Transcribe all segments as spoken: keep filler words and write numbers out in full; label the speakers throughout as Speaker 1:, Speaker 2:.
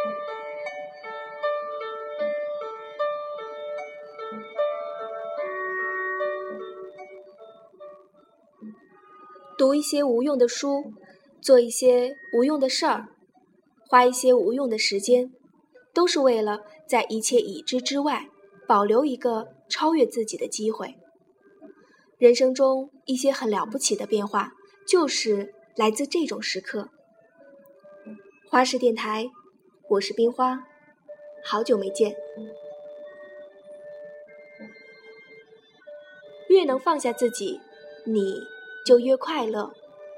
Speaker 1: 读一些无用的书，做一些无用的事儿，花一些无用的时间，都是为了在一切已知之外保留一个超越自己的机会。人生中一些很了不起的变化，就是来自这种时刻。花式电台，我是冰花，好久没见。越能放下自己，你就越快乐。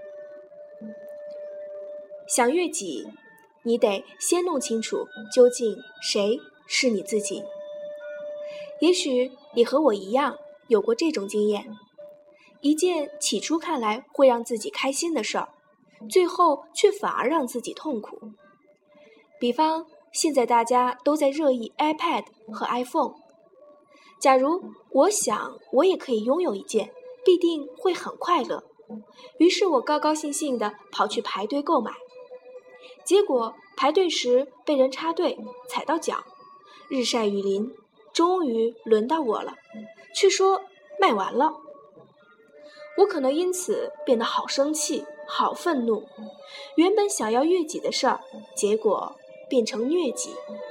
Speaker 1: 想悦己，你得先弄清楚究竟谁是你自己。也许你和我一样有过这种经验，一件起初看来会让自己开心的事儿，最后却反而让自己痛苦。比方现在大家都在热议 iPad 和 iPhone， 假如我想我也可以拥有一件，必定会很快乐，于是我高高兴兴地跑去排队购买。结果排队时被人插队踩到脚，日晒雨淋，终于轮到我了，却说卖完了。我可能因此变得好生气，好愤怒，原本想要悦己的事儿，结果变成虐己。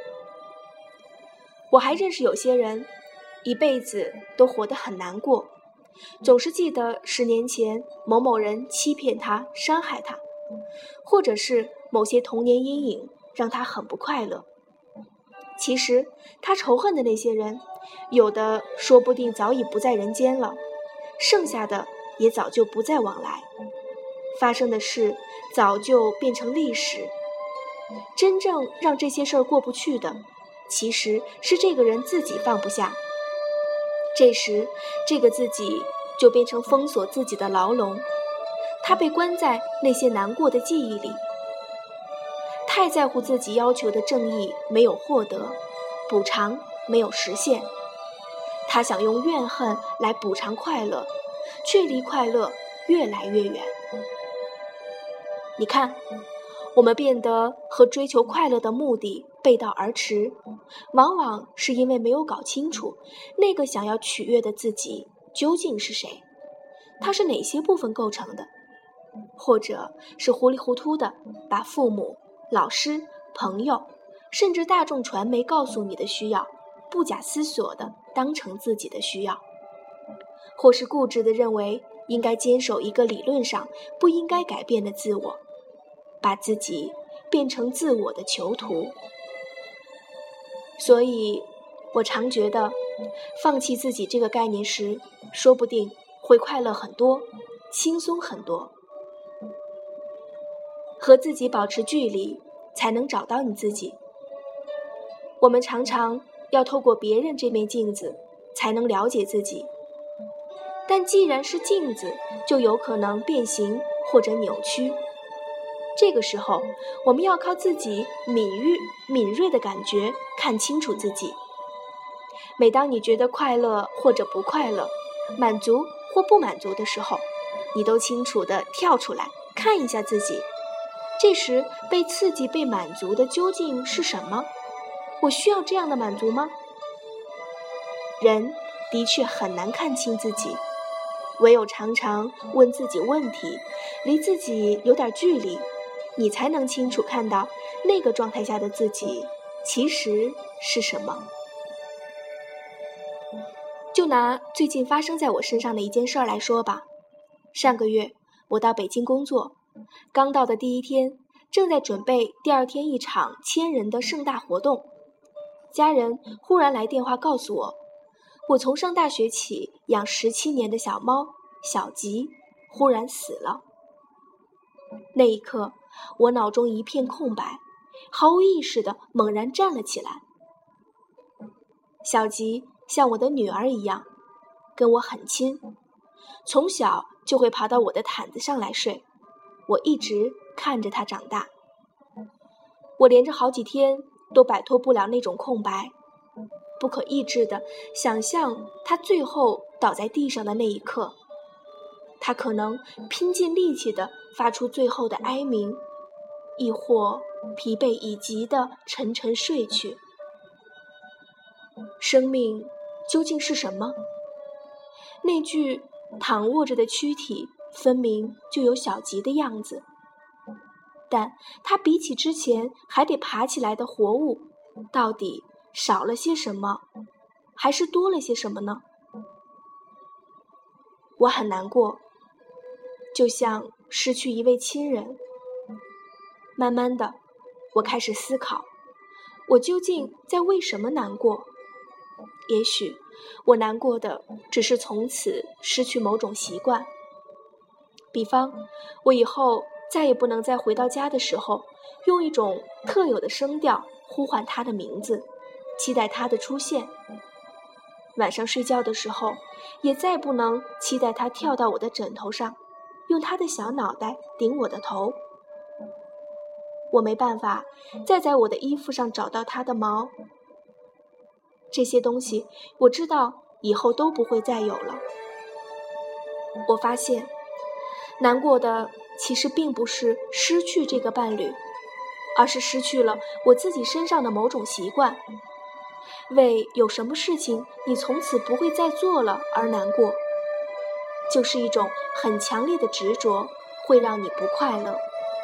Speaker 1: 我还认识有些人，一辈子都活得很难过，总是记得十年前某某人欺骗他，伤害他，或者是某些童年阴影让他很不快乐。其实他仇恨的那些人，有的说不定早已不在人间了，剩下的也早就不再往来，发生的事早就变成历史。真正让这些事儿过不去的，其实是这个人自己放不下。这时这个自己就变成封锁自己的牢笼，他被关在那些难过的记忆里，太在乎自己要求的正义没有获得，补偿没有实现，他想用怨恨来补偿快乐，却离快乐越来越远。你看，我们变得和追求快乐的目的背道而驰，往往是因为没有搞清楚那个想要取悦的自己究竟是谁，它是哪些部分构成的，或者是糊里糊涂的把父母、老师、朋友，甚至大众传媒告诉你的需要，不假思索地当成自己的需要，或是固执地认为应该坚守一个理论上不应该改变的自我，把自己变成自我的囚徒。所以我常觉得，放弃自己这个概念时，说不定会快乐很多，轻松很多。和自己保持距离，才能找到你自己。我们常常要透过别人这面镜子，才能了解自己。但既然是镜子，就有可能变形或者扭曲。这个时候，我们要靠自己敏锐、敏锐的感觉看清楚自己。每当你觉得快乐或者不快乐，满足或不满足的时候，你都清楚地跳出来看一下自己。这时被刺激、被满足的究竟是什么？我需要这样的满足吗？人的确很难看清自己，唯有常常问自己问题，离自己有点距离，你才能清楚看到那个状态下的自己其实是什么。就拿最近发生在我身上的一件事儿来说吧，上个月我到北京工作，刚到的第一天，正在准备第二天一场千人的盛大活动，家人忽然来电话告诉我，我从上大学起养十七年的小猫小吉忽然死了。那一刻，我脑中一片空白，毫无意识地猛然站了起来。小吉像我的女儿一样，跟我很亲，从小就会爬到我的毯子上来睡，我一直看着她长大。我连着好几天都摆脱不了那种空白，不可抑制地想象她最后倒在地上的那一刻，她可能拼尽力气地发出最后的哀鸣， 亦或疲惫已极地沉沉睡去。生命究竟是什么？那具躺卧着的躯体分明就有小吉的样子，但它比起之前还得爬起来的活物，到底少了些什么，还是多了些什么呢？我很难过，就像失去一位亲人。慢慢的，我开始思考，我究竟在为什么难过？也许我难过的只是从此失去某种习惯，比方我以后再也不能在回到家的时候用一种特有的声调呼唤他的名字，期待他的出现。晚上睡觉的时候也再不能期待他跳到我的枕头上，用他的小脑袋顶我的头。我没办法再在我的衣服上找到他的毛。这些东西我知道以后都不会再有了。我发现难过的其实并不是失去这个伴侣，而是失去了我自己身上的某种习惯。为有什么事情你从此不会再做了而难过，就是一种很强烈的执着，会让你不快乐。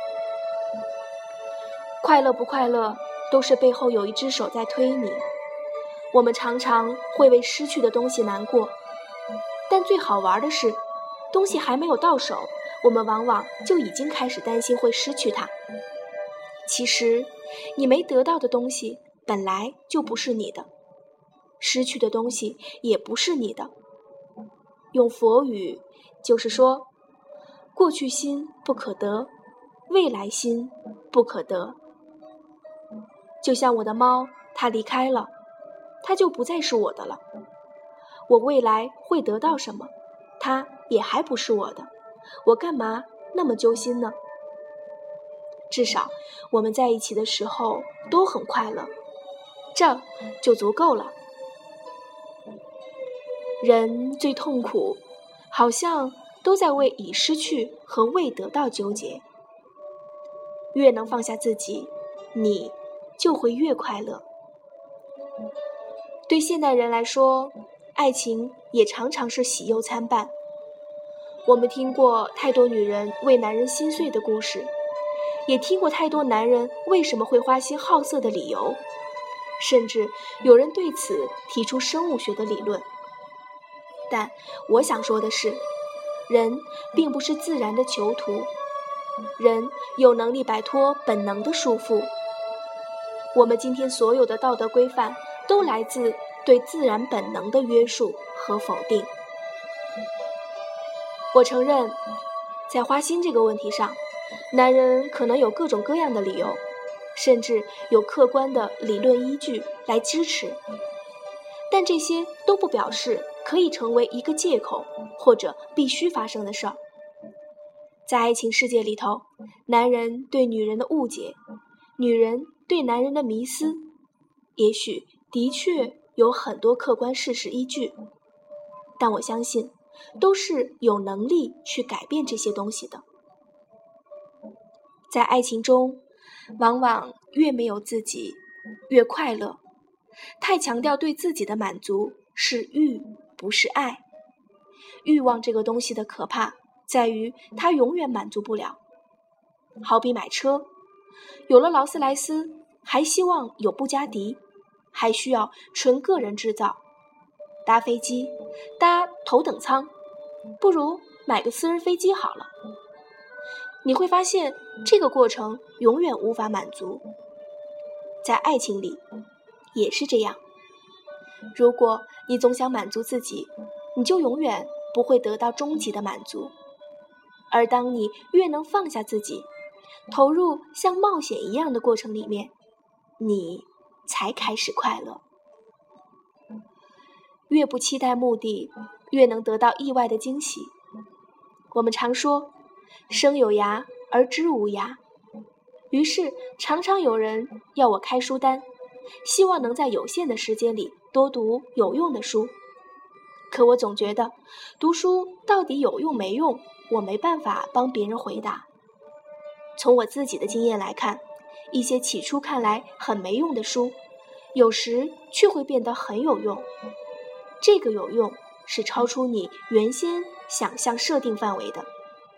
Speaker 1: 快乐不快乐，都是背后有一只手在推你。我们常常会为失去的东西难过，但最好玩的是，东西还没有到手，我们往往就已经开始担心会失去它。其实，你没得到的东西本来就不是你的，失去的东西也不是你的。用佛语就是说，过去心不可得，未来心不可得。就像我的猫，它离开了，它就不再是我的了。我未来会得到什么，它也还不是我的，我干嘛那么揪心呢？至少我们在一起的时候都很快乐，这就足够了。人最痛苦，好像都在为已失去和未得到纠结。越能放下自己，你就会越快乐。对现代人来说，爱情也常常是喜忧参半。我们听过太多女人为男人心碎的故事，也听过太多男人为什么会花心好色的理由，甚至有人对此提出生物学的理论。但我想说的是，人并不是自然的囚徒，人有能力摆脱本能的束缚。我们今天所有的道德规范都来自对自然本能的约束和否定。我承认，在花心这个问题上，男人可能有各种各样的理由，甚至有客观的理论依据来支持，但这些都不表示可以成为一个借口或者必须发生的事儿。在爱情世界里头，男人对女人的误解，女人对男人的迷思，也许的确有很多客观事实依据，但我相信都是有能力去改变这些东西的。在爱情中，往往越没有自己越快乐，太强调对自己的满足是欲不是爱。欲望这个东西的可怕在于它永远满足不了。好比买车，有了劳斯莱斯，还希望有布加迪，还需要纯个人制造。搭飞机，搭头等舱，不如买个私人飞机好了。你会发现这个过程永远无法满足。在爱情里也是这样，如果你总想满足自己，你就永远不会得到终极的满足。而当你越能放下自己，投入像冒险一样的过程里面，你才开始快乐。越不期待目的，越能得到意外的惊喜。我们常说生有涯而知无涯，于是常常有人要我开书单，希望能在有限的时间里多读有用的书。可我总觉得读书到底有用没用，我没办法帮别人回答。 从我自己的经验来看，一些起初看来很没用的书，有时却会变得很有用。这个有用是超出你原先想象设定范围的。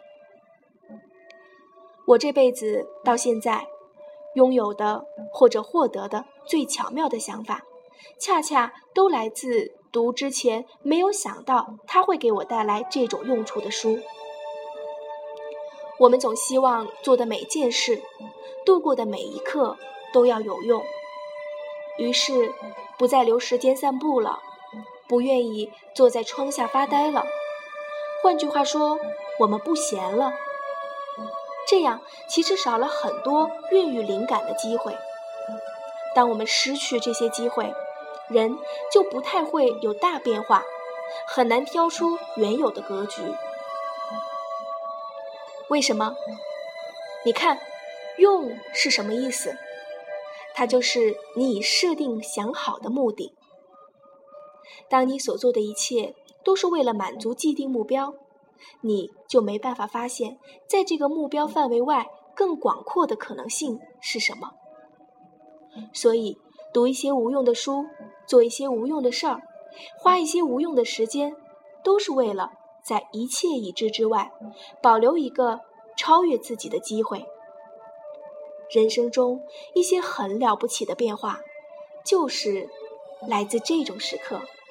Speaker 1: 我这辈子到现在拥有的或者获得的最巧妙的想法，恰恰都来自读之前没有想到它会给我带来这种用处的书。我们总希望做的每件事，度过的每一刻都要有用，于是不再留时间散步了，不愿意坐在窗下发呆了。换句话说，我们不闲了。这样其实少了很多孕育灵感的机会。当我们失去这些机会，人就不太会有大变化，很难挑出原有的格局。为什么？你看，用是什么意思？它就是你已设定想好的目的。当你所做的一切都是为了满足既定目标，你就没办法发现在这个目标范围外更广阔的可能性是什么。所以读一些无用的书，做一些无用的事儿，花一些无用的时间，都是为了在一切已知之外保留一个超越自己的机会。人生中一些很了不起的变化，就是来自这种时刻。